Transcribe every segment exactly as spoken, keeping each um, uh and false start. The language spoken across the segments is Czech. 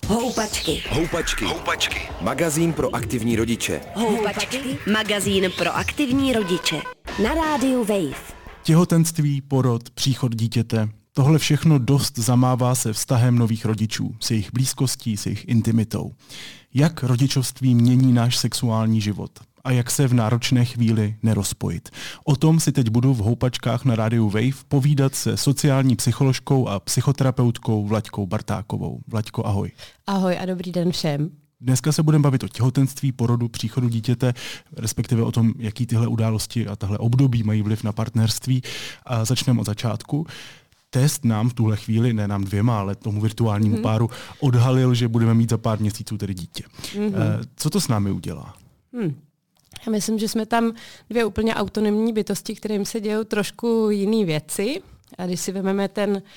Houpačky. Houpačky. Houpačky. Magazín pro aktivní rodiče. Houpačky. Magazín pro aktivní rodiče. Na rádiu Wave. Těhotenství, porod, příchod dítěte. Tohle všechno dost zamává se vztahem nových rodičů, s jejich blízkostí, s jejich intimitou. Jak rodičovství mění náš sexuální život? A jak se v náročné chvíli nerozpojit? O tom si teď budu v Houpačkách na rádiu Wave povídat se sociální psycholožkou a psychoterapeutkou Vlaďkou Bartákovou. Vlaďko, ahoj. Ahoj a dobrý den všem. Dneska se budeme bavit o těhotenství, porodu, příchodu dítěte, respektive o tom, jaký tyhle události a tahle období mají vliv na partnerství. A začneme od začátku. Test nám v tuhle chvíli, ne nám dvěma, ale tomu virtuálnímu mm-hmm. páru, odhalil, že budeme mít za pár měsíců tedy dítě. Mm-hmm. Co to s námi udělá? Hmm. Já myslím, že jsme tam dvě úplně autonomní bytosti, kterým se dějou trošku jiné věci. A když si vezmeme ten uh,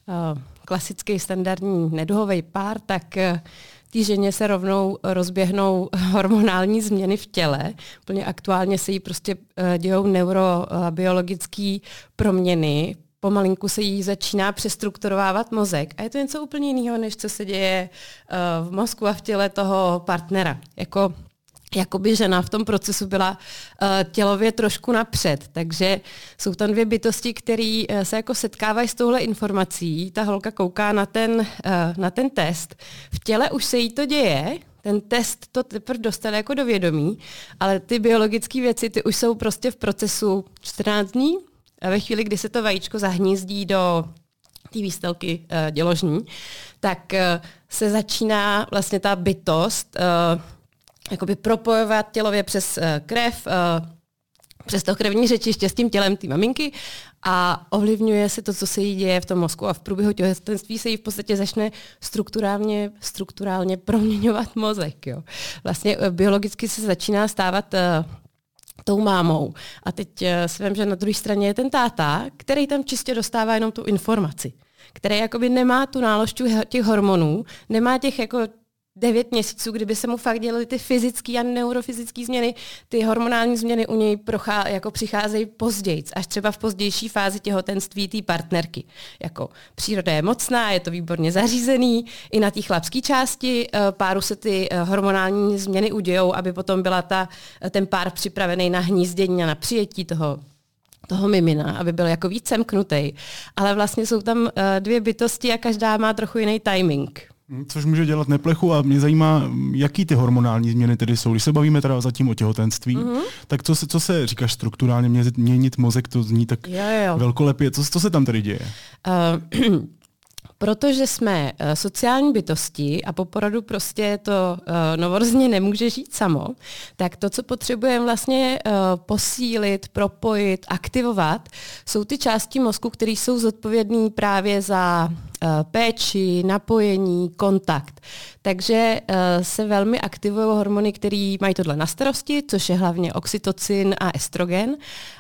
klasický standardní neduhovej pár, tak uh, té ženě se rovnou rozběhnou hormonální změny v těle. Úplně aktuálně se jí prostě uh, dějou neurobiologické proměny. Pomalinku se jí začíná přestrukturovávat mozek. A je to něco úplně jiného, než co se děje uh, v mozku a v těle toho partnera. Jako Jakoby žena v tom procesu byla uh, tělově trošku napřed. Takže jsou tam dvě bytosti, které uh, se jako setkávají s touhle informací. Ta holka kouká na ten, uh, na ten test. V těle už se jí to děje. Ten test to teprve dostal jako do vědomí, ale ty biologické věci, ty už jsou prostě v procesu čtrnáct dní. A ve chvíli, kdy se to vajíčko zahnízdí do té výstelky uh, děložní, tak uh, se začíná vlastně ta bytost uh, jakoby propojovat tělově přes uh, krev, uh, přes to krevní řečiště s tím tělem té maminky a ovlivňuje se to, co se jí děje v tom mozku a v průběhu těhotenství se jí v podstatě začne strukturálně, strukturálně proměňovat mozek. Jo. Vlastně uh, biologicky se začíná stávat uh, tou mámou. A teď uh, si vím, že na druhé straně je ten táta, který tam čistě dostává jenom tu informaci, který jakoby nemá tu náložku těch hormonů, nemá těch jako devět měsíců, kdyby se mu fakt dělaly ty fyzické a neurofyzické změny, ty hormonální změny u něj prochá, jako přicházejí později, až třeba v pozdější fázi těhotenství té partnerky. Jako příroda je mocná, je to výborně zařízený, i na té chlapské části páru se ty hormonální změny udějou, aby potom byla ta, ten pár připravený na hnízdění a na přijetí toho toho mimina, aby byl jako víc semknutý. Ale vlastně jsou tam dvě bytosti a každá má trochu jiný timing. Což může dělat neplechu a mě zajímá, jaký ty hormonální změny tedy jsou. Když se bavíme teda zatím o těhotenství, mm-hmm. tak co se, co se říkáš strukturálně měnit, měnit mozek, to zní tak jo, jo. velkolepě. Co, co se tam tedy děje? Uh, Protože jsme uh, sociální bytosti a po porodu prostě to uh, novorozeně nemůže žít samo, tak to, co potřebujeme vlastně uh, posílit, propojit, aktivovat, jsou ty části mozku, které jsou zodpovědné právě za uh, péči, napojení, kontakt. Takže uh, se velmi aktivují hormony, které mají tohle na starosti, což je hlavně oxytocin a estrogen.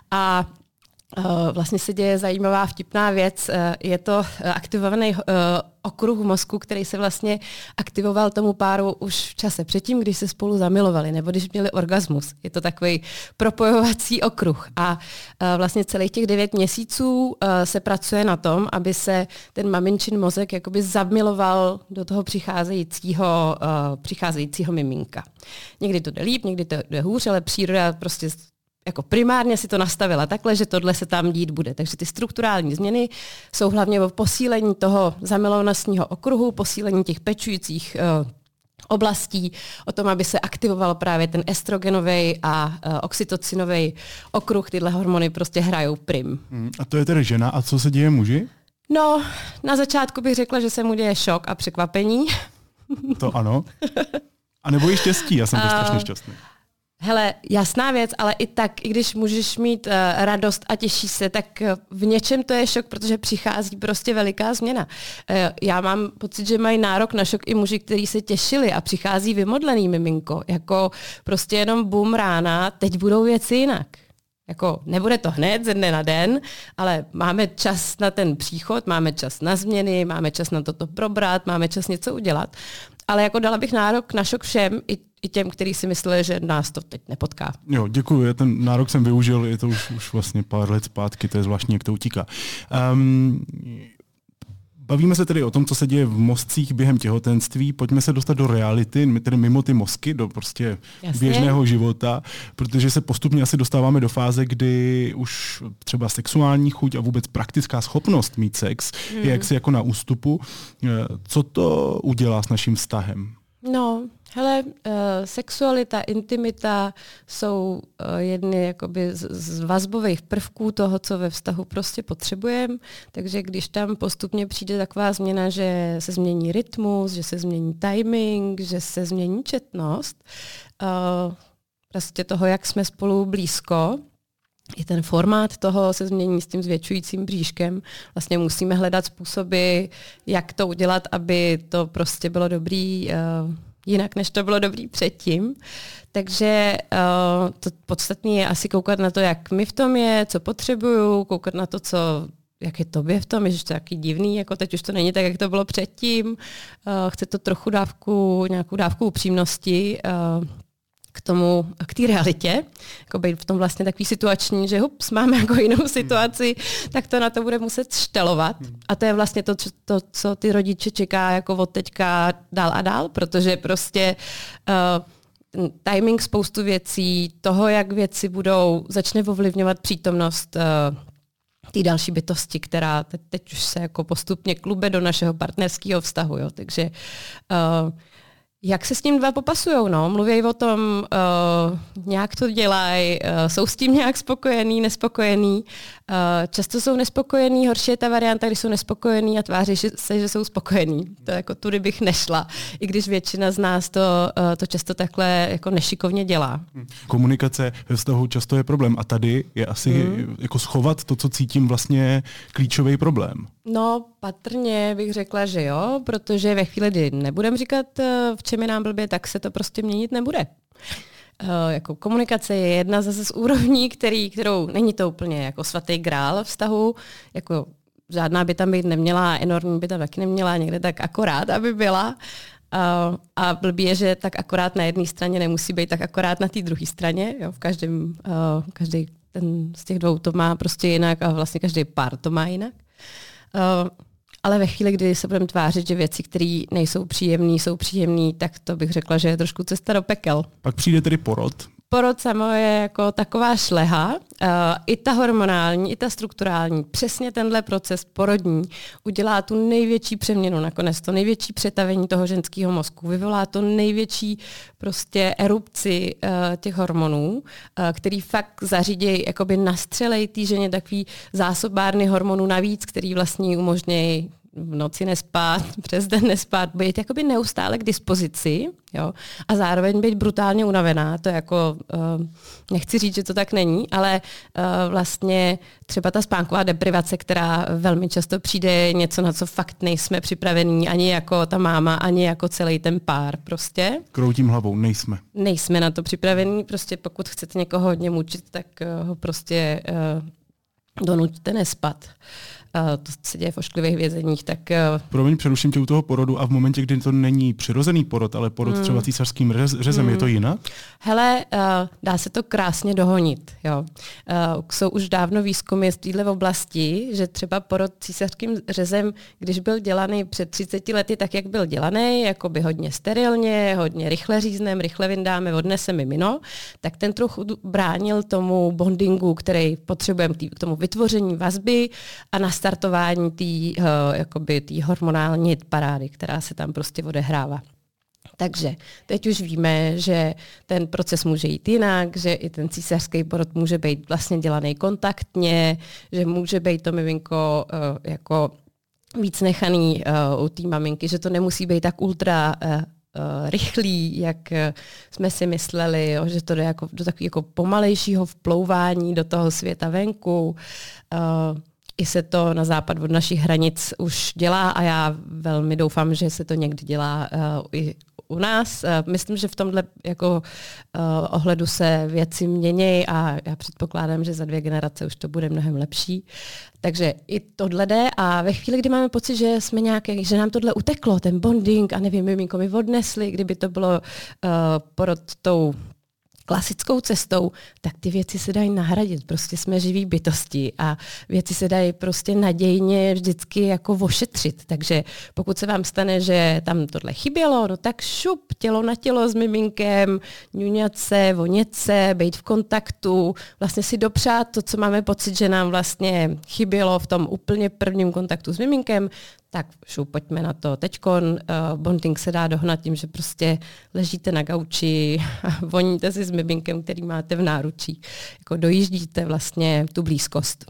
A vlastně se děje zajímavá vtipná věc. Je to aktivovaný okruh mozku, který se vlastně aktivoval tomu páru už v čase předtím, když se spolu zamilovali, nebo když měli orgasmus. Je to takový propojovací okruh. A vlastně celých těch devět měsíců se pracuje na tom, aby se ten maminčin mozek jakoby zamiloval do toho přicházejícího, přicházejícího miminka. Někdy to jde líp, někdy to jde hůř, ale příroda prostě jako primárně si to nastavila takhle, že tohle se tam dít bude. Takže ty strukturální změny jsou hlavně o posílení toho zamilovanostního okruhu, posílení těch pečujících uh, oblastí, o tom, aby se aktivoval právě ten estrogenový a uh, oxytocinový okruh. Tyhle hormony prostě hrajou prim. Hmm, a to je tedy žena. A co se děje muži? No, na začátku bych řekla, že se mu děje šok a překvapení. To ano. A nebo i štěstí, já jsem to strašně šťastný. Hele, jasná věc, ale i tak, i když můžeš mít uh, radost a těší se, tak uh, v něčem to je šok, protože přichází prostě veliká změna. Uh, já mám pocit, že mají nárok na šok i muži, kteří se těšili a přichází vymodlený miminko. Jako prostě jenom bum rána, teď budou věci jinak. Jako nebude to hned ze dne na den, ale máme čas na ten příchod, máme čas na změny, máme čas na toto probrat, máme čas něco udělat. Ale jako dala bych nárok na šok všem, i, i těm, kteří si mysleli, že nás to teď nepotká. Jo, děkuji, ten nárok jsem využil, je to už, už vlastně pár let zpátky, to je zvláštní, jak to utíká. Um, Bavíme se tedy o tom, co se děje v mozcích během těhotenství. Pojďme se dostat do reality, tedy mimo ty mozky, do prostě Jasně. běžného života, protože se postupně asi dostáváme do fáze, kdy už třeba sexuální chuť a vůbec praktická schopnost mít sex hmm. je jaksi jako na ústupu. Co to udělá s naším vztahem? No, hele, uh, sexualita, intimita jsou uh, jedny jakoby z, z vazbových prvků toho, co ve vztahu prostě potřebujeme, takže když tam postupně přijde taková změna, že se změní rytmus, že se změní timing, že se změní četnost, uh, prostě toho, jak jsme spolu blízko, i ten formát toho se změní s tím zvětšujícím bříškem. Vlastně musíme hledat způsoby, jak to udělat, aby to prostě bylo dobrý uh, jinak, než to bylo dobrý předtím. Takže uh, to podstatné je asi koukat na to, jak mi v tom je, co potřebuju, koukat na to, co jak je tobě v tom, je to taky divný, jako teď už to není tak, jak to bylo předtím. Uh, chce to trochu dávku, nějakou dávku upřímnosti, uh, k tomu, k té realitě, jako být v tom vlastně takový situační, že hups, máme jako jinou situaci, tak to na to bude muset štelovat. A to je vlastně to, co, to, co ty rodiče čeká jako od teďka dál a dál, protože prostě uh, timing spoustu věcí, toho, jak věci budou, začne ovlivňovat přítomnost uh, té další bytosti, která teď, teď už se jako postupně klube do našeho partnerského vztahu. Jo. Takže uh, jak se s tím dva popasujou? No? Mluví o tom, uh, nějak to dělají, uh, jsou s tím nějak spokojení, nespokojení. Uh, často jsou nespokojení, horší je ta varianta, když jsou nespokojení a tváří se, že jsou spokojení. To jako tudy bych nešla, i když většina z nás to, uh, to často takhle jako nešikovně dělá. Komunikace ve vztahu často je problém a tady je asi hmm. jako schovat to, co cítím, vlastně klíčový problém. No, patrně bych řekla, že jo, protože ve chvíli, kdy nebudem říkat, v čem je nám blbě, tak se to prostě měnit nebude. Uh, jako komunikace je jedna zase z úrovní, který, kterou není to úplně jako svatý grál vztahu, jako žádná by tam být neměla, enormní by tam taky neměla, někde tak akorát, aby byla. Uh, a blbý je, že tak akorát na jedné straně nemusí být tak akorát na té druhé straně. Jo, v každém, uh, každý ten z těch dvou to má prostě jinak a vlastně každý pár to má jinak. Uh, ale ve chvíli, kdy se budeme tvářit, že věci, které nejsou příjemné, jsou příjemné, tak to bych řekla, že je trošku cesta do pekel. Pak přijde tedy porod. Porod samo je jako taková šleha, uh, i ta hormonální, i ta strukturální, přesně tenhle proces porodní udělá tu největší přeměnu nakonec, to největší přetavení toho ženského mozku, vyvolá to největší prostě erupci uh, těch hormonů, uh, který fakt zařídějí, jakoby nastřelej té ženě takový zásobárny hormonů navíc, který vlastně umožňují v noci nespát, přes den nespát, být jakoby neustále k dispozici, jo, a zároveň být brutálně unavená. To jako, uh, nechci říct, že to tak není, ale uh, vlastně třeba ta spánková deprivace, která velmi často přijde, je něco, na co fakt nejsme připravení, ani jako ta máma, ani jako celý ten pár prostě. Kroutím hlavou, nejsme. Nejsme na to připravení, prostě pokud chcete někoho hodně mučit, tak uh, ho prostě uh, donuťte nespat. Uh, to se děje v ošklivých vězeních, tak... Uh... Promiň, přeruším tě u toho porodu a v momentě, kdy to není přirozený porod, ale porod mm. třeba císařským řez, řezem, mm. je to jinak? Hele, uh, dá se to krásně dohonit. Jo. Uh, jsou už dávno výzkumy z této oblasti, že třeba porod císařským řezem, když byl dělaný před třiceti lety tak, jak byl dělaný, jako by hodně sterilně, hodně rychle říznem, rychle vyndáme, odneseme mimino, tak ten trochu bránil tomu bondingu, který potřebujeme k tomu vytvoření vazby a na startování té uh, jakoby té hormonální parády, která se tam prostě odehrává. Takže teď už víme, že ten proces může jít jinak, že i ten císařský porod může být vlastně dělaný kontaktně, že může být to miminko uh, jako víc nechaný uh, u té maminky, že to nemusí být tak ultra uh, uh, rychlý, jak uh, jsme si mysleli, jo, že to jde jako do takového jako pomalejšího vplouvání do toho světa venku. Uh, I se to na západ od našich hranic už dělá a já velmi doufám, že se to někdy dělá uh, i u nás. Uh, myslím, že v tomhle jako, uh, ohledu se věci mění a já předpokládám, že za dvě generace už to bude mnohem lepší. Takže i tohle jde a ve chvíli, kdy máme pocit, že jsme nějaké, že nám tohle uteklo, ten bonding a nevím, miminko mi odnesli, kdyby to bylo uh, porod tou klasickou cestou, tak ty věci se dají nahradit. Prostě jsme živí bytosti a věci se dají prostě nadějně vždycky jako ošetřit. Takže pokud se vám stane, že tam tohle chybělo, no tak šup, tělo na tělo s miminkem, ňuňat se, vonět se, být v kontaktu, vlastně si dopřát to, co máme pocit, že nám vlastně chybělo v tom úplně prvním kontaktu s miminkem, tak šup, pojďme na to. Teďkon uh, bonding se dá dohnat tím, že prostě ležíte na gauči a voníte si s miminkem, který máte v náručí. Jako dojíždíte vlastně tu blízkost.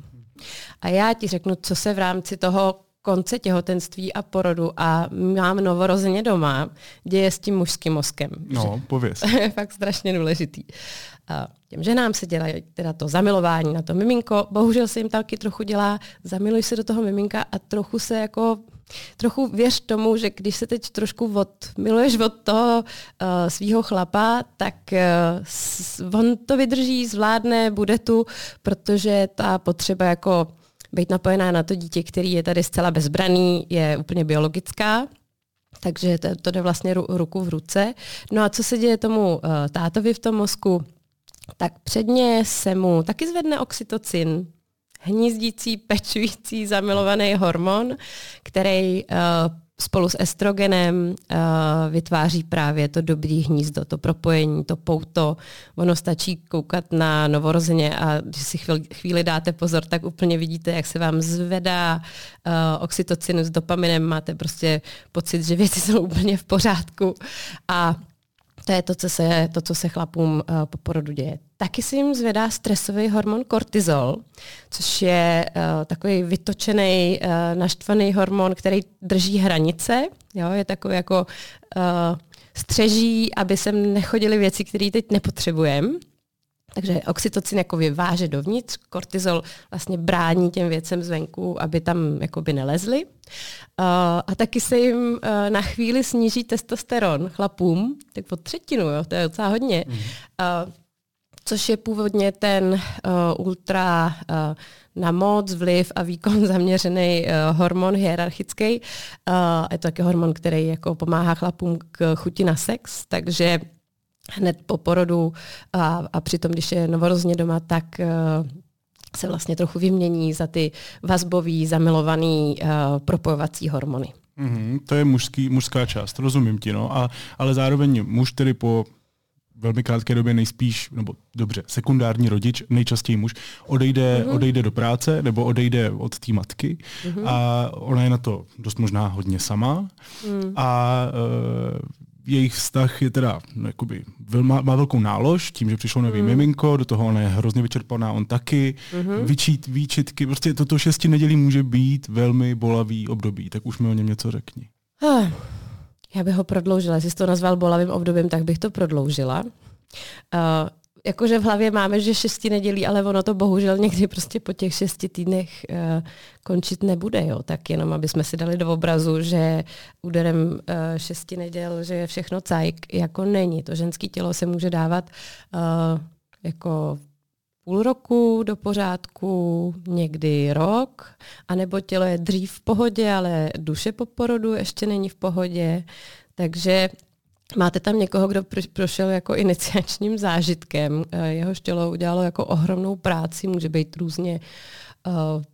A já ti řeknu, co se v rámci toho konce těhotenství a porodu a mám novorozeně doma, děje s tím mužským mozkem. No, pověz. Je fakt strašně důležitý. A těm ženám se dělá teda to zamilování na to miminko, bohužel se jim taky trochu dělá, zamiluj se do toho miminka a trochu se jako Trochu věř tomu, že když se teď trošku odmiluješ od toho uh, svýho chlapa, tak uh, s, on to vydrží, zvládne, bude tu, protože ta potřeba jako být napojená na to dítě, který je tady zcela bezbraný, je úplně biologická. Takže to, to jde vlastně ru, ruku v ruce. No a co se děje tomu uh, tátovi v tom mozku? Tak předně se mu taky zvedne oxytocin, hnízdící, pečující, zamilovaný hormon, který uh, spolu s estrogenem uh, vytváří právě to dobrý hnízdo, to propojení, to pouto. Ono stačí koukat na novorozeně a když si chvíli, chvíli dáte pozor, tak úplně vidíte, jak se vám zvedá uh, oxytocin s dopaminem, máte prostě pocit, že věci jsou úplně v pořádku a to je to, co se, to, co se chlapům uh, po porodu děje. Taky se jim zvedá stresový hormon kortizol, což je uh, takový vytočený, uh, naštvaný hormon, který drží hranice. Jo? Je takový jako uh, střeží, aby sem nechodily věci, které teď nepotřebujeme. Takže oxytocin jako vyváže dovnitř, kortizol vlastně brání těm věcem zvenku, aby tam jakoby nelezly. Uh, a taky se jim uh, na chvíli sníží testosteron chlapům, tak pod třetinu, jo, to je docela hodně. Mm. Uh, což je původně ten uh, ultra uh, na moc, vliv a výkon zaměřený uh, hormon hierarchický. Uh, je to taky hormon, který jako pomáhá chlapům k chuti na sex, takže hned po porodu a, a přitom, když je novorozeně doma, tak uh, se vlastně trochu vymění za ty vazbový, zamilovaný uh, propojovací hormony. Mm-hmm, to je mužský, mužská část, rozumím ti, no. A, ale zároveň muž, který po velmi krátké době nejspíš, nebo dobře, sekundární rodič, nejčastěji muž, odejde, mm-hmm. odejde do práce nebo odejde od té matky mm-hmm. a ona je na to dost možná hodně sama mm. a uh, jejich vztah je teda, no, jakoby, má, má velkou nálož, tím, že přišlo nový mm. miminko, do toho ona je hrozně vyčerpaná, on taky, mm-hmm. vyčít, výčitky, prostě toto šesti nedělí může být velmi bolavý období, tak už mi o něm něco řekni. Ah, já bych ho prodloužila, jestli jsi to nazval bolavým obdobím, tak bych to prodloužila. Uh, jakože v hlavě máme, že šesti nedělí, ale ono to bohužel někdy prostě po těch šesti týdnech uh, končit nebude. Jo? Tak jenom, aby jsme si dali do obrazu, že úderem uh, šesti neděl, že je všechno cajk, jako není. To ženské tělo se může dávat uh, jako půl roku do pořádku, někdy rok, anebo tělo je dřív v pohodě, ale duše po porodu ještě není v pohodě. Takže máte tam někoho, kdo prošel jako iniciačním zážitkem. Jehož tělo udělalo jako ohromnou práci, může být různě uh,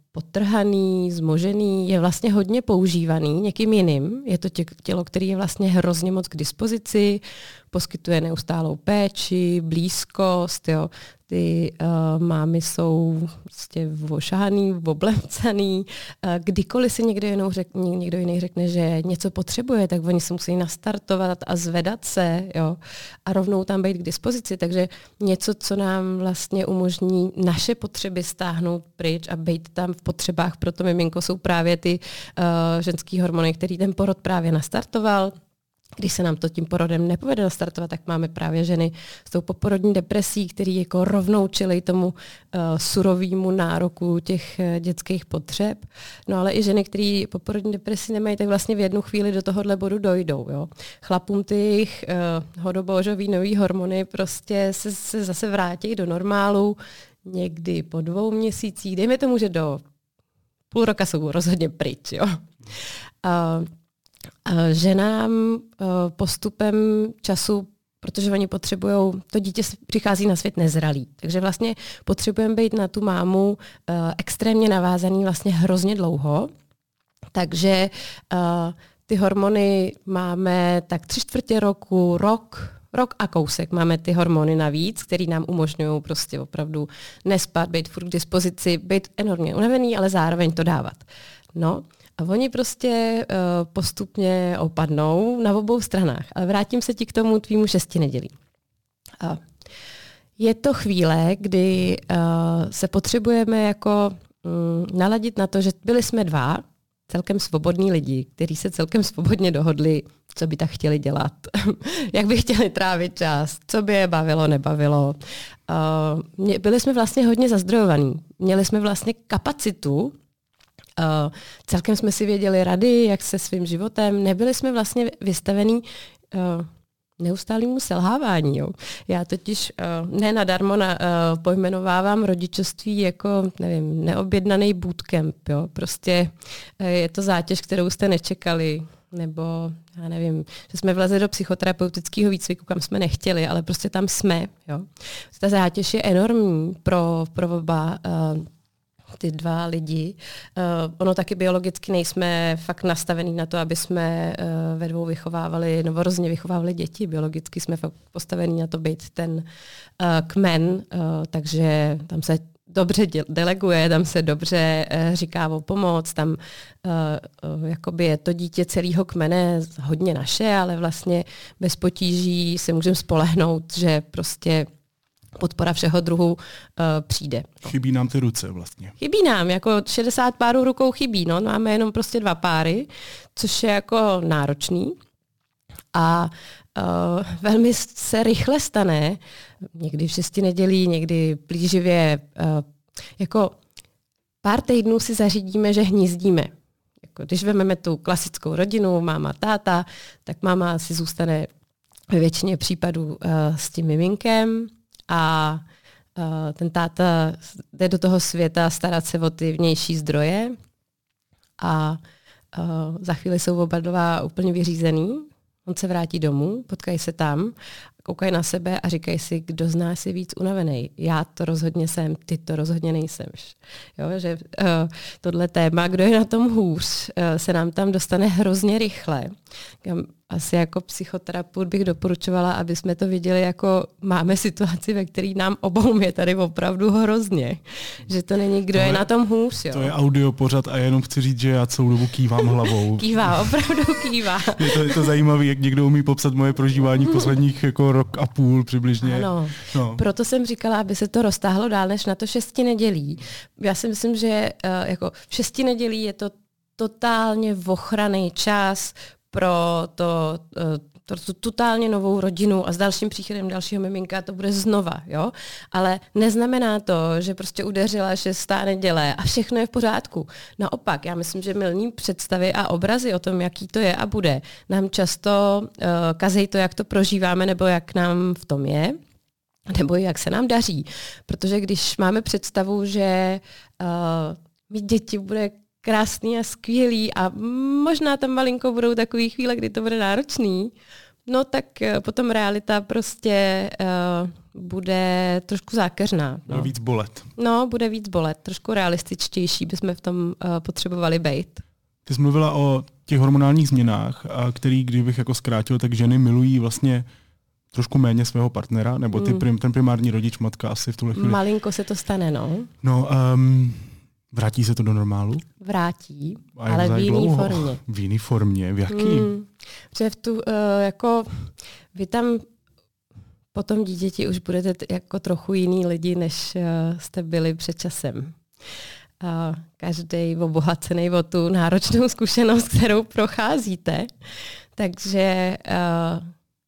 potrhaný, zmožený, je vlastně hodně používaný někým jiným. Je to tělo, které je vlastně hrozně moc k dispozici, poskytuje neustálou péči, blízkost. Jo. Ty uh, mámy jsou vlastně ošahaný, oblemcaný. Uh, kdykoliv si někdo, jinou řek, někdo jiný řekne, že něco potřebuje, tak oni se musí nastartovat a zvedat se, jo, a rovnou tam být k dispozici. Takže něco, co nám vlastně umožní naše potřeby stáhnout pryč a být tam v potřebách pro to miminko, jsou právě ty uh, ženský hormony, který ten porod právě nastartoval. Když se nám to tím porodem nepovede nastartovat, tak máme právě ženy s tou poporodní depresí, který jako rovnou čelí tomu uh, surovému nároku těch uh, dětských potřeb. No ale i ženy, které poporodní depresi nemají, tak vlastně v jednu chvíli do tohohle bodu dojdou. Jo. Chlapům ty jejich uh, hodobožový nový hormony prostě se, se zase vrátí do normálu někdy po dvou měsících. Dejme tomu, že do půl roka jsou rozhodně pryč. Jo. Uh, Ženám postupem času protože oni potřebují, to dítě přichází na svět nezralý. Takže vlastně potřebujeme být na tu mámu uh, extrémně navázaný vlastně hrozně dlouho. Takže uh, ty hormony máme tak tři čtvrtě roku, rok, rok a kousek máme ty hormony navíc, které nám umožňují prostě opravdu nespat, být furt k dispozici, být enormně unavený, ale zároveň to dávat. No a oni prostě uh, postupně opadnou na obou stranách. Ale vrátím se ti k tomu tvýmu šesti nedělí. Uh, je to chvíle, kdy uh, se potřebujeme jako um, naladit na to, že byli jsme dva, celkem svobodní lidi, kteří se celkem svobodně dohodli, co by tak chtěli dělat, jak by chtěli trávit čas, co by je bavilo, nebavilo. Uh, byli jsme vlastně hodně zazdrojovaní. Měli jsme vlastně kapacitu, uh, celkem jsme si věděli rady, jak se svým životem, nebyli jsme vlastně vystavení uh, neustálému selhávání. Jo. Já totiž uh, ne nadarmo na, uh, pojmenovávám rodičovství jako, nevím, neobjednaný bootcamp. Jo. Prostě uh, je to zátěž, kterou jste nečekali, nebo já nevím, že jsme vlezli do psychoterapeutického výcviku, kam jsme nechtěli, ale prostě tam jsme. Jo. Ta zátěž je enormní pro, pro oba uh, ty dva lidi. Uh, ono taky biologicky nejsme fakt nastavení na to, aby jsme uh, ve dvou vychovávali, novorozně vychovávali děti. Biologicky jsme fakt postavení na to být ten uh, kmen, uh, takže tam se dobře deleguje, tam se dobře uh, říká o pomoc, tam uh, uh, jakoby je to dítě celého kmene hodně naše, ale vlastně bez potíží se můžeme spolehnout, že prostě podpora všeho druhu uh, přijde. Chybí nám ty ruce vlastně. Chybí nám, jako šedesát párů rukou chybí, no, máme jenom prostě dva páry, což je jako náročný a uh, velmi se rychle stane, někdy v šesti nedělí, někdy plíživě, uh, jako pár týdnů si zařídíme, že hnízdíme. Jako, když vezmeme tu klasickou rodinu, máma, táta, tak máma si zůstane ve většině případů uh, s tím miminkem, a uh, ten táta jde do toho světa starat se o ty vnější zdroje a uh, za chvíli jsou oba dva úplně vyřízený. On se vrátí domů, potkají se tam, koukají na sebe a říkají si, kdo z nás je víc unavený. Já to rozhodně jsem, ty to rozhodně nejsem. Jo, že uh, tohle téma, kdo je na tom hůř, uh, se nám tam dostane hrozně rychle. Asi jako psychoterapeut bych doporučovala, aby jsme to viděli jako máme situaci, ve které nám obou je tady opravdu hrozně. Že to není, kdo to je, je na tom hůř. Jo. To je audio pořad a jenom chci říct, že já celou dobu kývám hlavou. Kývá, opravdu kývá. je, to, je to zajímavé, jak někdo umí popsat moje prožívání posledních jako rok a půl přibližně. Ano, no. Proto jsem říkala, aby se to roztáhlo dál než na to šesti nedělí. Já si myslím, že uh, jako v šesti nedělí je to totálně ochranný čas pro to, to, to totálně novou rodinu a s dalším příchodem dalšího miminka to bude znova, jo? Ale neznamená to, že prostě udeřila šestá neděle a všechno je v pořádku. Naopak, já myslím, že mylný představy a obrazy o tom, jaký to je a bude, nám často uh, kazejí to, jak to prožíváme nebo jak nám v tom je, nebo jak se nám daří. Protože když máme představu, že uh, mít děti bude krásný a skvělý a možná tam malinko budou takový chvíle, kdy to bude náročný, no tak potom realita prostě uh, bude trošku zákeřná. No. Bude víc bolet. No, bude víc bolet, trošku realističtější bychom v tom uh, potřebovali být. Ty jsi mluvila o těch hormonálních změnách, a který, kdybych jako zkrátil, tak ženy milují vlastně trošku méně svého partnera, nebo ty, mm. ten primární rodič, matka asi v tuhle chvíli. Malinko se to stane, no. No, um, vrátí se to do normálu? Vrátí, ale v jiné formě. V jiné formě, v jaký? Mm, protože v tu, uh, jako, vy tam po tom dítěti už budete t- jako trochu jiný lidi, než uh, jste byli před časem. Uh, každý obohacený o tu náročnou zkušenost, kterou procházíte. Takže uh,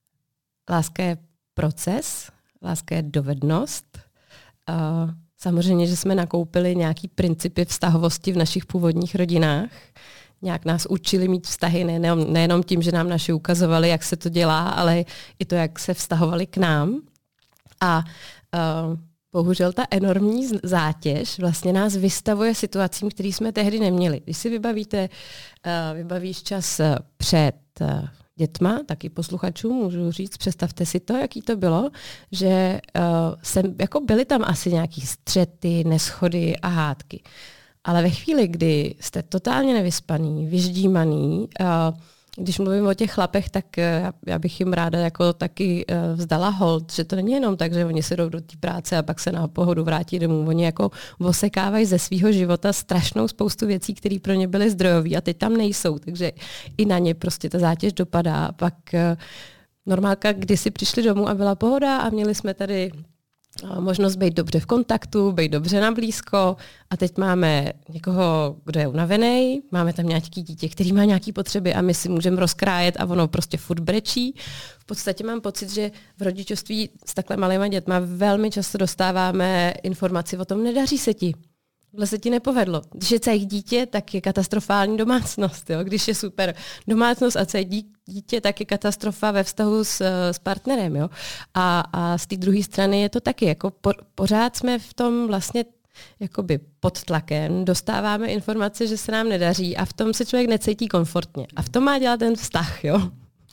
láska je proces, láska je dovednost. Uh, Samozřejmě, že jsme nakoupili nějaký principy vztahovosti v našich původních rodinách. Nějak nás učili mít vztahy nejenom, nejenom tím, že nám naši ukazovali, jak se to dělá, ale i to, jak se vztahovali k nám. A uh, bohužel ta enormní zátěž vlastně nás vystavuje situacím, které jsme tehdy neměli. Když si vybavíte, uh, vybavíš čas před uh, dětma, taky posluchačům můžu říct, představte si to, jaký to bylo, že uh, jsem, jako byly tam asi nějaký střety, neschody a hádky. Ale ve chvíli, kdy jste totálně nevyspaný, vyždímaný, uh, když mluvím o těch chlapech, tak uh, já bych jim ráda jako taky uh, vzdala hold, že to není jenom tak, že oni se jdou do té práce a pak se na pohodu vrátí domů. Oni jako osekávají ze svého života strašnou spoustu věcí, které pro ně byly zdrojové a teď tam nejsou, takže i na ně prostě ta zátěž dopadá. Pak uh, normálka kdysi přišli domů a byla pohoda a měli jsme tady možnost být dobře v kontaktu, být dobře na blízko a teď máme někoho, kdo je unavený, máme tam nějaký dítě, který má nějaké potřeby a my si můžeme rozkrájet a ono prostě furt brečí. V podstatě mám pocit, že v rodičovství s takhle malýma dětma velmi často dostáváme informaci o tom, nedaří se ti. Tohle se ti nepovedlo. Když je celé dítě, tak je katastrofální domácnost. Jo? Když je super domácnost a celé dítě, tak je katastrofa ve vztahu s, s partnerem. Jo? A, a z té druhé strany je to taky. Jako po, pořád jsme v tom vlastně jakoby pod tlakem, dostáváme informace, že se nám nedaří a v tom se člověk necítí komfortně. A v tom má dělat ten vztah. Jo?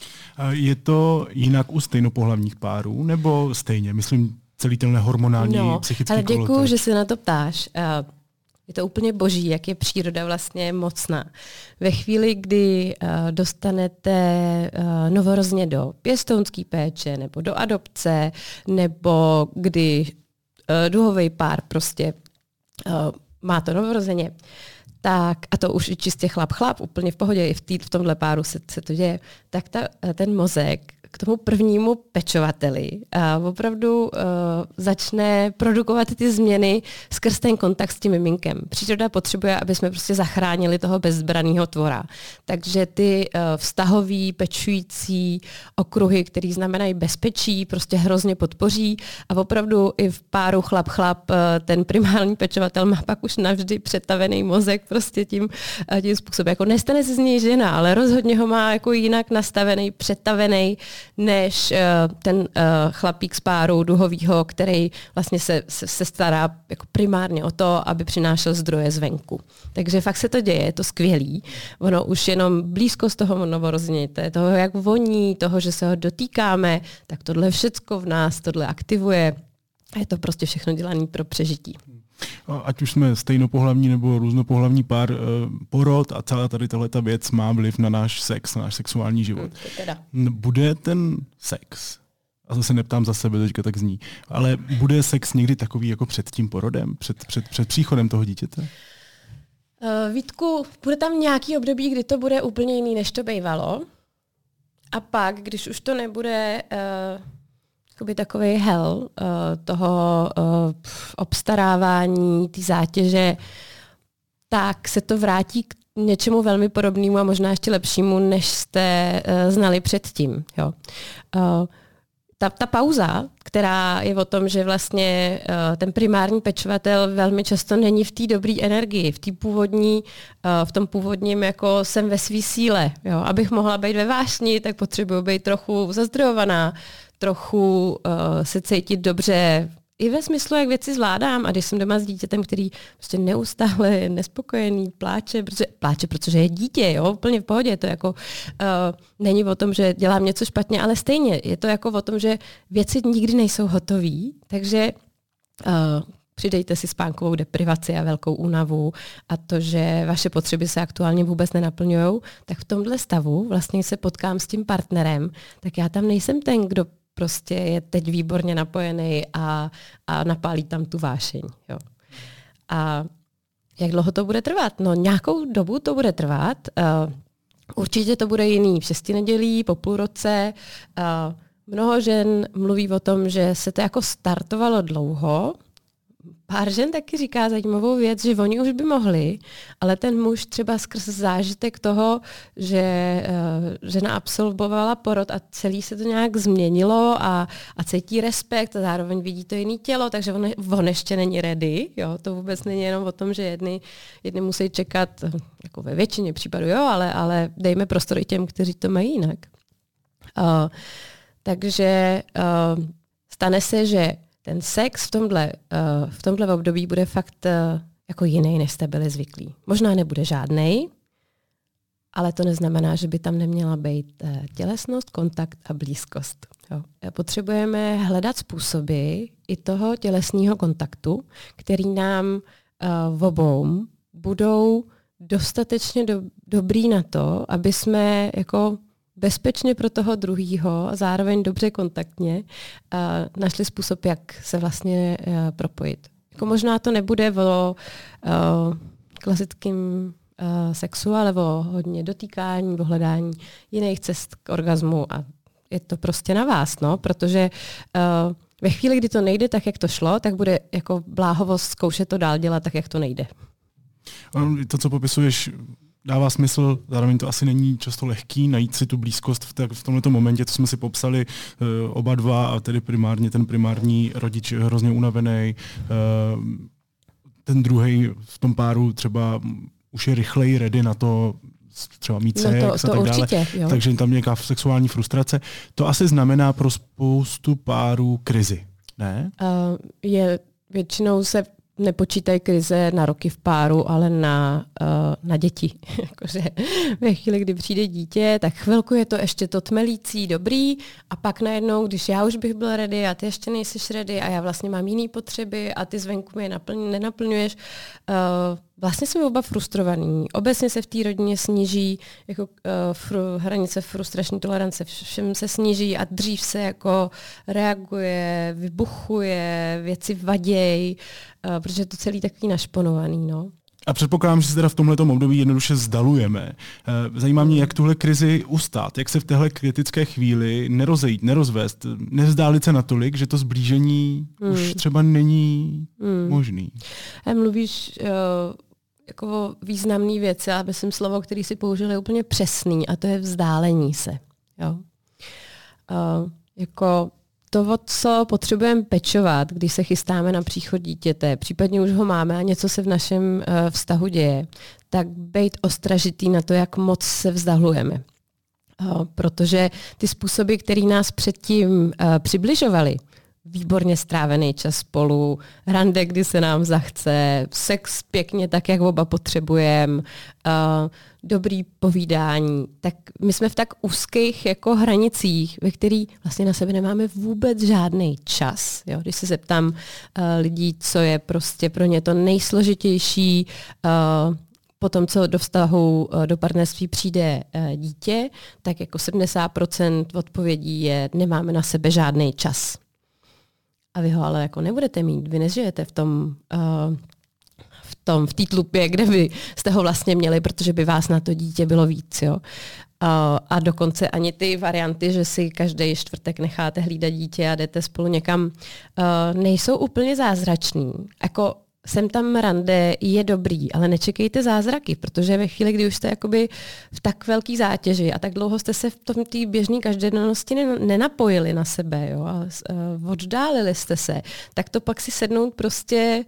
Je to jinak u stejnopohlavních párů, nebo stejně? Myslím, celý tenhle hormonální no, psychický ale děkuju, kolotoč. že se na to ptáš. Uh, Je to úplně boží, jak je příroda vlastně mocná. Ve chvíli, kdy uh, dostanete uh, novorozeně do pěstounské péče nebo do adopce, nebo kdy uh, duhový pár prostě uh, má to novorozeně, tak, a to už i čistě chlap-chlap, úplně v pohodě, i v, tý, v tomhle páru se, se to děje, tak ta, ten mozek k tomu prvnímu pečovateli a opravdu uh, začne produkovat ty změny skrz ten kontakt s tím miminkem. Příroda potřebuje, aby jsme prostě zachránili toho bezbranného tvora. Takže ty uh, vztahový, pečující okruhy, které znamenají bezpečí, prostě hrozně podpoří a opravdu i v páru chlap-chlap uh, ten primární pečovatel má pak už navždy přetavený mozek prostě tím, uh, tím způsobem. Jako nestane se z něj žena, ale rozhodně ho má jako jinak nastavený, přetavený, než uh, ten uh, chlapík z páru duhovýho, který vlastně se, se, se stará jako primárně o to, aby přinášel zdroje zvenku. Takže fakt se to děje, je to skvělý. Ono už jenom blízkost toho novorozeněte, toho, jak voní, toho, že se ho dotýkáme, tak tohle všecko v nás, tohle aktivuje. A je to prostě všechno dělané pro přežití. Ať už jsme stejnopohlavní nebo různopohlavní pár, porod a celá tady tahleta věc má vliv na náš sex, na náš sexuální život. Hmm, teda. Bude ten sex, a zase neptám za sebe, teďka tak zní, ale bude sex někdy takový jako před tím porodem, před, před, před příchodem toho dítěte? Uh, Vítku, bude tam nějaký období, kdy to bude úplně jiný, než to bývalo. A pak, když už to nebude uh, jakoby takový hell uh, toho uh, obstarávání, ty zátěže, tak se to vrátí k něčemu velmi podobnému a možná ještě lepšímu, než jste uh, znali předtím. Jo. Uh, ta, ta pauza, která je o tom, že vlastně uh, ten primární pečovatel velmi často není v té dobré energii, v té původní, uh, v tom původním jako jsem ve svý síle. Jo. Abych mohla být ve vášni, tak potřebuji být trochu zazdrojovaná, trochu uh, se cítit dobře i ve smyslu, jak věci zvládám. A když jsem doma s dítětem, který prostě neustále je nespokojený, pláče, protože, pláče, protože je dítě, jo, úplně v pohodě. To jako, uh, není o tom, že dělám něco špatně, ale stejně je to jako o tom, že věci nikdy nejsou hotové, takže uh, přidejte si spánkovou deprivaci a velkou únavu a to, že vaše potřeby se aktuálně vůbec nenaplňují, tak v tomhle stavu vlastně se potkám s tím partnerem, tak já tam nejsem ten, kdo prostě je teď výborně napojený a, a napálí tam tu vášeň. Jo. A jak dlouho to bude trvat? No nějakou dobu to bude trvat. Uh, určitě to bude jiný v šesti nedělí, po půl roce. Uh, mnoho žen mluví o tom, že se to jako startovalo dlouho. Pár žen taky říká zajímavou věc, že oni už by mohli, ale ten muž třeba skrz zážitek toho, že uh, žena absolvovala porod a celý se to nějak změnilo a, a cítí respekt a zároveň vidí to jiné tělo, takže on, on ještě není ready. Jo? To vůbec není jenom o tom, že jedny, jedny musí čekat, jako ve většině případů, jo, ale, ale dejme prostor i těm, kteří to mají jinak. Uh, takže uh, stane se, že ten sex v tomhle, uh, v tomhle období bude fakt uh, jako jiný, než jste byli zvyklí. Možná nebude žádnej, ale to neznamená, že by tam neměla být tělesnost, kontakt a blízkost. Jo. Potřebujeme hledat způsoby i toho tělesného kontaktu, který nám uh, v obou budou dostatečně do, dobrý na to, aby jsme jako bezpečně pro toho druhýho a zároveň dobře kontaktně uh, našli způsob, jak se vlastně uh, propojit. Jako možná to nebude o uh, klasickém uh, sexu, ale o hodně dotýkání, o hledání jiných cest k orgazmu a je to prostě na vás, no, protože uh, ve chvíli, kdy to nejde tak, jak to šlo, tak bude jako bláhovost zkoušet to dál dělat tak, jak to nejde. To, co popisuješ, dává smysl, zároveň to asi není často lehký najít si tu blízkost v, tak, v tomto momentě, to jsme si popsali uh, oba dva, a tedy primárně ten primární rodič je hrozně unavený, uh, ten druhej v tom páru třeba už je rychleji ready na to třeba mít sex no to, to a tak určitě, dále, jo. takže tam nějaká sexuální frustrace. To asi znamená pro spoustu párů krizi, ne? Uh, je, většinou se nepočítají krize na roky v páru, ale na, uh, na děti. Jakože ve chvíli, kdy přijde dítě, tak chvilku je to ještě to tmelící, dobrý, a pak najednou, když já už bych byl ready a ty ještě nejsiš ready a já vlastně mám jiný potřeby a ty zvenku mi je naplň, nenaplňuješ, uh, vlastně jsme oba frustrovaní. Obecně se v té rodině sníží jako, uh, fru, hranice frustrační tolerance, všem se sníží a dřív se jako reaguje, vybuchuje, věci vaděj, uh, protože je to celý takový našponovaný. No. A předpokládám, že se teda v tomhletom období jednoduše zdalujeme. Zajímá mě, jak tuhle krizi ustát, jak se v téhle kritické chvíli nerozejít, nerozvést, nevzdálit se natolik, že to zblížení hmm. už třeba není hmm. možný. A mluvíš uh, jako o významný věci, ale myslím slovo, který si použil, je úplně přesný, a to je vzdálení se. Jo? Uh, jako to, o co potřebujeme pečovat, když se chystáme na příchod dítěte, případně už ho máme a něco se v našem uh, vztahu děje, tak být ostražitý na to, jak moc se vzdalujeme. Uh, protože ty způsoby, které nás předtím uh, přibližovaly, výborně strávený čas spolu, rande, kdy se nám zachce, sex pěkně tak, jak oba potřebujeme, uh, dobrý povídání. Tak my jsme v tak úzkých jako hranicích, ve kterých vlastně na sebe nemáme vůbec žádný čas. Jo? Když se zeptám uh, lidí, co je prostě pro ně to nejsložitější, uh, po tom, co do vztahu, do partnerství přijde uh, dítě, tak jako sedmdesát procent odpovědí je, nemáme na sebe žádný čas. A vy ho ale jako nebudete mít, vy nežijete v tom, uh, v tom, v té tlupě, kde vy jste ho vlastně měli, protože by vás na to dítě bylo víc. Jo? Uh, a dokonce ani ty varianty, že si každý čtvrtek necháte hlídat dítě a jdete spolu někam, uh, nejsou úplně zázračný. Jako sem tam rande je dobrý, ale nečekejte zázraky, protože ve chvíli, kdy už jste jakoby v tak velký zátěži a tak dlouho jste se v tom té běžné každodennosti nenapojili na sebe, jo, a uh, oddálili jste se, tak to pak si sednout prostě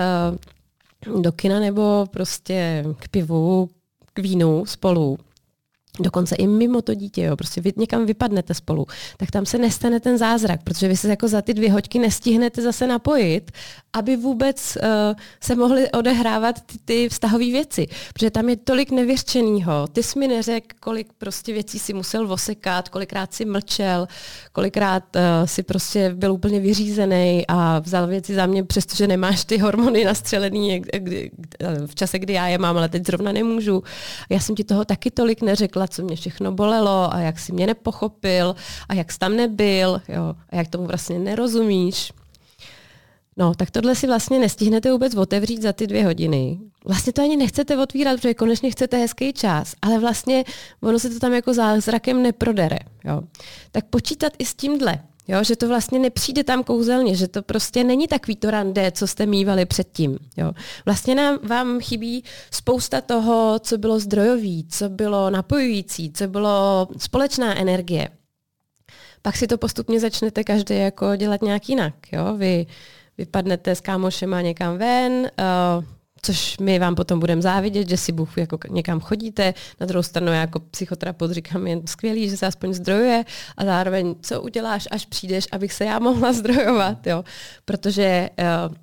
uh, do kina nebo prostě k pivu, k vínu spolu, dokonce i mimo to dítě, jo, prostě vy někam vypadnete spolu, tak tam se nestane ten zázrak, protože vy se jako za ty dvě hoďky nestihnete zase napojit, aby vůbec uh, se mohly odehrávat ty, ty vztahové věci. Protože tam je tolik nevyřčenýho. Ty jsi mi neřekl, kolik prostě věcí si musel osekat, kolikrát si mlčel, kolikrát uh, si prostě byl úplně vyřízený a vzal věci za mě, přestože nemáš ty hormony nastřelený kdy, v čase, kdy já je mám, ale teď zrovna nemůžu. Já jsem ti toho taky tolik neřekla, co mě všechno bolelo a jak si mě nepochopil a jak jsi tam nebyl, jo, a jak tomu vlastně nerozumíš. No, tak tohle si vlastně nestihnete vůbec otevřít za ty dvě hodiny. Vlastně to ani nechcete otvírat, protože konečně chcete hezký čas, ale vlastně ono se to tam jako zázrakem neprodere. Jo. Tak počítat i s tímhle. Jo, že to vlastně nepřijde tam kouzelně, že to prostě není takový to rande, co jste mívali předtím. Jo. Vlastně nám, vám chybí spousta toho, co bylo zdrojový, co bylo napojující, co bylo společná energie. Pak si to postupně začnete každý jako dělat nějak jinak. Jo. Vy vypadnete s kámošema někam ven, uh, což my vám potom budeme závidět, že si Bůh jako někam chodíte. Na druhou stranu já jako psychoterapeut říkám, je skvělý, že se aspoň zdrojuje a zároveň co uděláš, až přijdeš, abych se já mohla zdrojovat. Jo? Protože uh,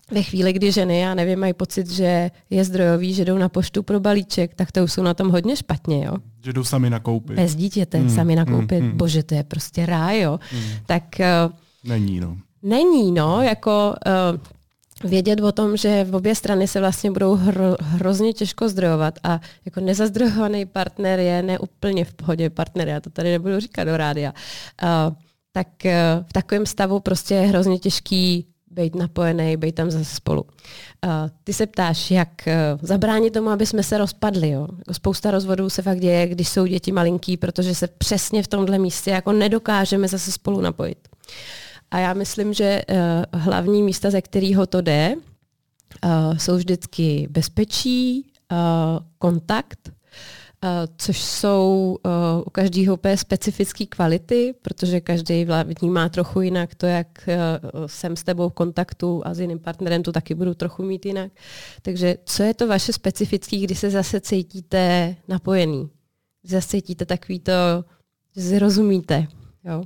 ve chvíli, kdy ženy, já nevím, mají pocit, že je zdrojový, že jdou na poštu pro balíček, tak to už jsou na tom hodně špatně, jo. Že jdou sami nakoupit. Bez dítěte, hmm, sami nakoupit, hmm, bože, to je prostě ráj, jo. Hmm. Tak uh, není, no. Není, no, jako uh, vědět o tom, že v obě strany se vlastně budou hro, hrozně těžko zdrojovat a jako nezazdrojovaný partner je neúplně v pohodě partner, já to tady nebudu říkat do rádia. Uh, tak uh, v takovém stavu prostě je hrozně těžký být napojený, být tam zase spolu. Uh, ty se ptáš, jak uh, zabránit tomu, aby jsme se rozpadli. Jo? Spousta rozvodů se fakt děje, když jsou děti malinký, protože se přesně v tomhle místě jako nedokážeme zase spolu napojit. A já myslím, že uh, hlavní místa, ze kterého to jde, uh, jsou vždycky bezpečí, uh, kontakt, uh, což jsou uh, u každého úplně specifické kvality, protože každý vnímá trochu jinak to, jak uh, jsem s tebou v kontaktu a s jiným partnerem to taky budu trochu mít jinak. Takže co je to vaše specifické, kdy se zase cítíte napojený? Zase cítíte takový to, že si rozumíte. Jo?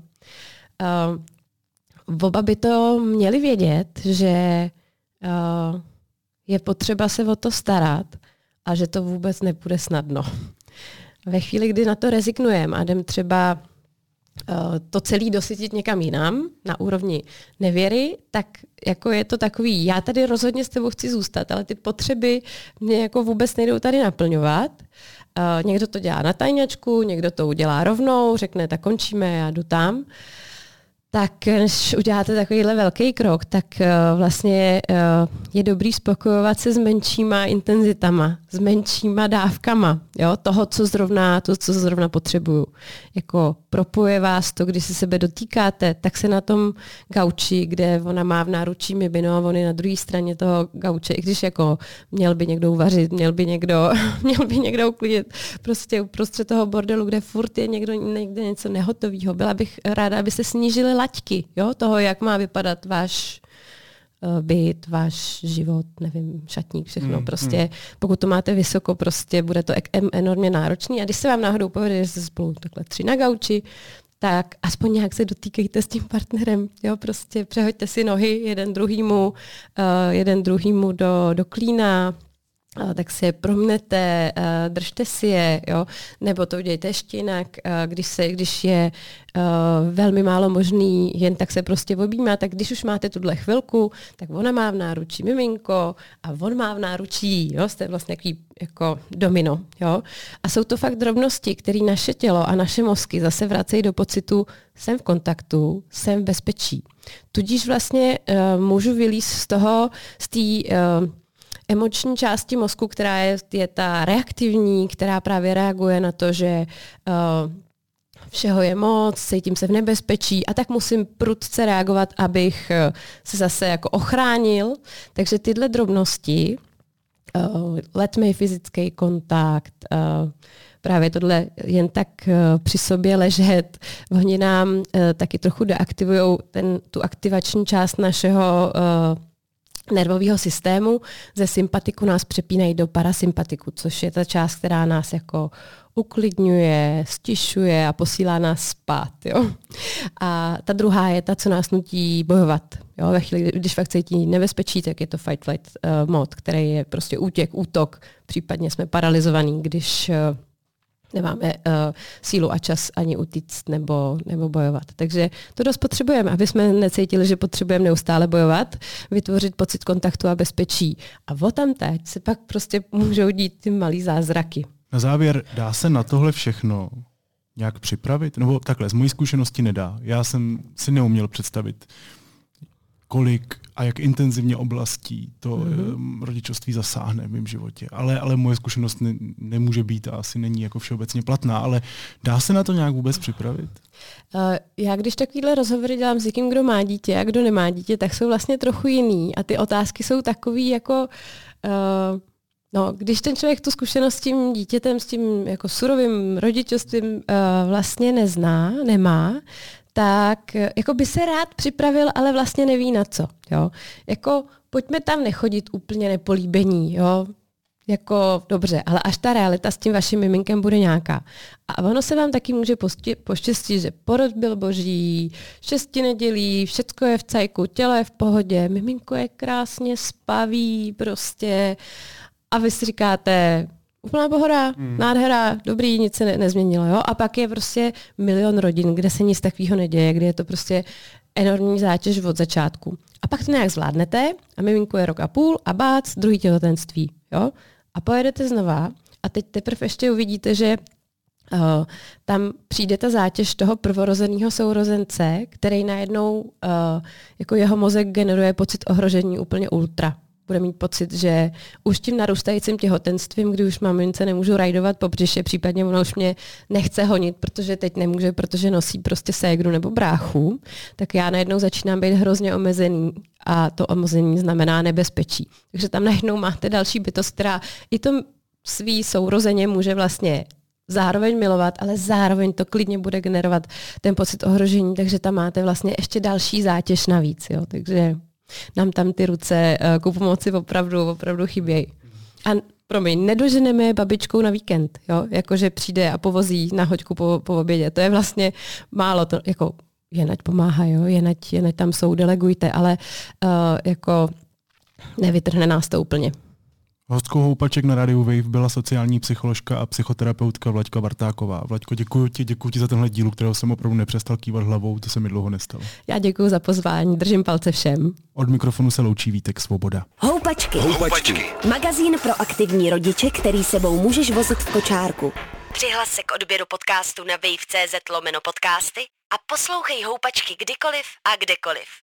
Uh, Oba by to měli vědět, že uh, je potřeba se o to starat a že to vůbec nepůjde snadno. Ve chvíli, kdy na to rezignujeme a jdem třeba uh, to celé dosytit někam jinam, na úrovni nevěry, tak jako je to takový, já tady rozhodně s tebou chci zůstat, ale ty potřeby mě jako vůbec nejdou tady naplňovat. Uh, někdo to dělá na tajňačku, někdo to udělá rovnou, řekne, tak končíme, já jdu tam. Tak než uděláte takovýhle velký krok, tak uh, vlastně uh, je dobrý spokojovat se s menšíma intenzitama, s menšíma dávkama, jo, toho, co zrovna, to, co zrovna potřebuju. Jako propoje vás to, když se sebe dotýkáte, tak se na tom gauči, kde ona má v náručí mibino a on je na druhé straně toho gauče, i když jako měl by někdo uvařit, měl by někdo, měl by někdo uklidit prostě uprostřed toho bordelu, kde furt je někdo někde něco nehotovýho. Byla bych ráda, aby se snížily laťky, jo, toho, jak má vypadat váš uh, byt, váš život, nevím, šatník, všechno. Hmm, prostě, hmm. Pokud to máte vysoko, prostě bude to ek- enormně náročný. A když se vám náhodou povede, že jste spolu takhle tři na gauči, tak aspoň nějak se dotýkejte s tím partnerem, jo, prostě přehoďte si nohy jeden druhýmu, uh, jeden druhýmu do, do klína, Uh, tak si je promnete, uh, držte si je, jo? Nebo to udějte ještě jinak, uh, když, se, když je uh, velmi málo možný, jen tak se prostě objímá, tak když už máte tuhle chvilku, tak ona má v náručí miminko a on má v náručí, jo? Jste vlastně takový jako domino. Jo? A jsou to fakt drobnosti, které naše tělo a naše mozky zase vracejí do pocitu, jsem v kontaktu, jsem v bezpečí. Tudíž vlastně uh, můžu vylízt z toho, z té uh, emoční části mozku, která je, je ta reaktivní, která právě reaguje na to, že uh, všeho je moc, cítím se v nebezpečí a tak musím prudce reagovat, abych uh, se zase jako ochránil. Takže tyhle drobnosti, uh, letmý fyzický kontakt, uh, právě tohle jen tak uh, při sobě ležet, oni nám uh, taky trochu deaktivují ten, tu aktivační část našeho uh, nervového systému. Ze sympatiku nás přepínají do parasympatiku, což je ta část, která nás jako uklidňuje, stišuje a posílá nás spát. Jo? A ta druhá je ta, co nás nutí bojovat. Jo? Ve chvíli, když fakt cítí nebezpečí, tak je to fight flight uh, mod, který je prostě útěk, útok, případně jsme paralizovaní, když uh, nemáme uh, sílu a čas ani utíct nebo, nebo bojovat. Takže to dost potřebujeme, aby jsme necítili, že potřebujeme neustále bojovat, vytvořit pocit kontaktu a bezpečí. A o tam teď se pak prostě můžou dít ty malý zázraky. Na závěr, dá se na tohle všechno nějak připravit? Nebo takhle, z mojí zkušenosti nedá. Já jsem si neuměl představit, kolik a jak intenzivně oblastí to mm-hmm. rodičovství zasáhne v mém životě. Ale, ale moje zkušenost ne, nemůže být a asi není jako všeobecně platná, ale dá se na to nějak vůbec připravit? Uh, já když takovýhle rozhovory dělám s někým, kdo má dítě a kdo nemá dítě, tak jsou vlastně trochu jiný a ty otázky jsou takový jako uh, no, když ten člověk tu zkušenost s tím dítětem, s tím jako surovým rodičovstvím uh, vlastně nezná, nemá, tak jako by se rád připravil, ale vlastně neví na co. Jo? Jako pojďme tam nechodit úplně nepolíbení. Jo? jako dobře, ale až ta realita s tím vaším miminkem bude nějaká. A ono se vám taky může poštěstit, že porod byl boží, šesti nedělí, všecko je v cajku, tělo je v pohodě, miminko je krásně spaví prostě a vy si říkáte, úplná pohoda, hmm. nádhera, dobrý, nic se ne- nezměnilo. Jo? A pak je prostě milion rodin, kde se nic takového neděje, kde je to prostě enormní zátěž od začátku. A pak to nějak zvládnete a miminko je rok a půl a bác, druhý těhotenství. Jo? A pojedete znova a teď teprve ještě uvidíte, že uh, tam přijde ta zátěž toho prvorozeného sourozence, který najednou uh, jako jeho mozek generuje pocit ohrožení úplně ultra. Bude mít pocit, že už tím narůstajícím těhotenstvím, kdy už mamince nemůžu rajdovat po břiše, případně ona už mě nechce honit, protože teď nemůže, protože nosí prostě ségru nebo bráchu, tak já najednou začínám být hrozně omezený a to omezení znamená nebezpečí. Takže tam najednou máte další bytost, která i to svý sourozeně může vlastně zároveň milovat, ale zároveň to klidně bude generovat ten pocit ohrožení, takže tam máte vlastně ještě další zátěž navíc. Jo? Takže nám tam ty ruce uh, ku pomoci opravdu, opravdu chybějí. A promiň, nedoženeme babičkou na víkend, jo? Jakože přijde a povozí na hoďku po, po obědě. To je vlastně málo, to, jako jenať pomáhá, jo? Jenať, jenať tam jsou, delegujte, ale uh, jako nevytrhne nás to úplně. Hostkou Houpaček na rádiu Wave byla sociální psycholožka a psychoterapeutka Vlaďka Bartáková. Vlaďko, děkuji ti, děkuji ti za tenhle díl, kterého jsem opravdu nepřestal kývat hlavou, to se mi dlouho nestalo. Já děkuji za pozvání, držím palce všem. Od mikrofonu se loučí Vítek Svoboda. Houpačky. Houpačky. Magazín pro aktivní rodiče, který sebou můžeš vozit v kočárku. Přihlas se k odběru podcastu na wave tečka cz lomeno podcasty a poslouchej Houpačky kdykoliv a kdekoliv.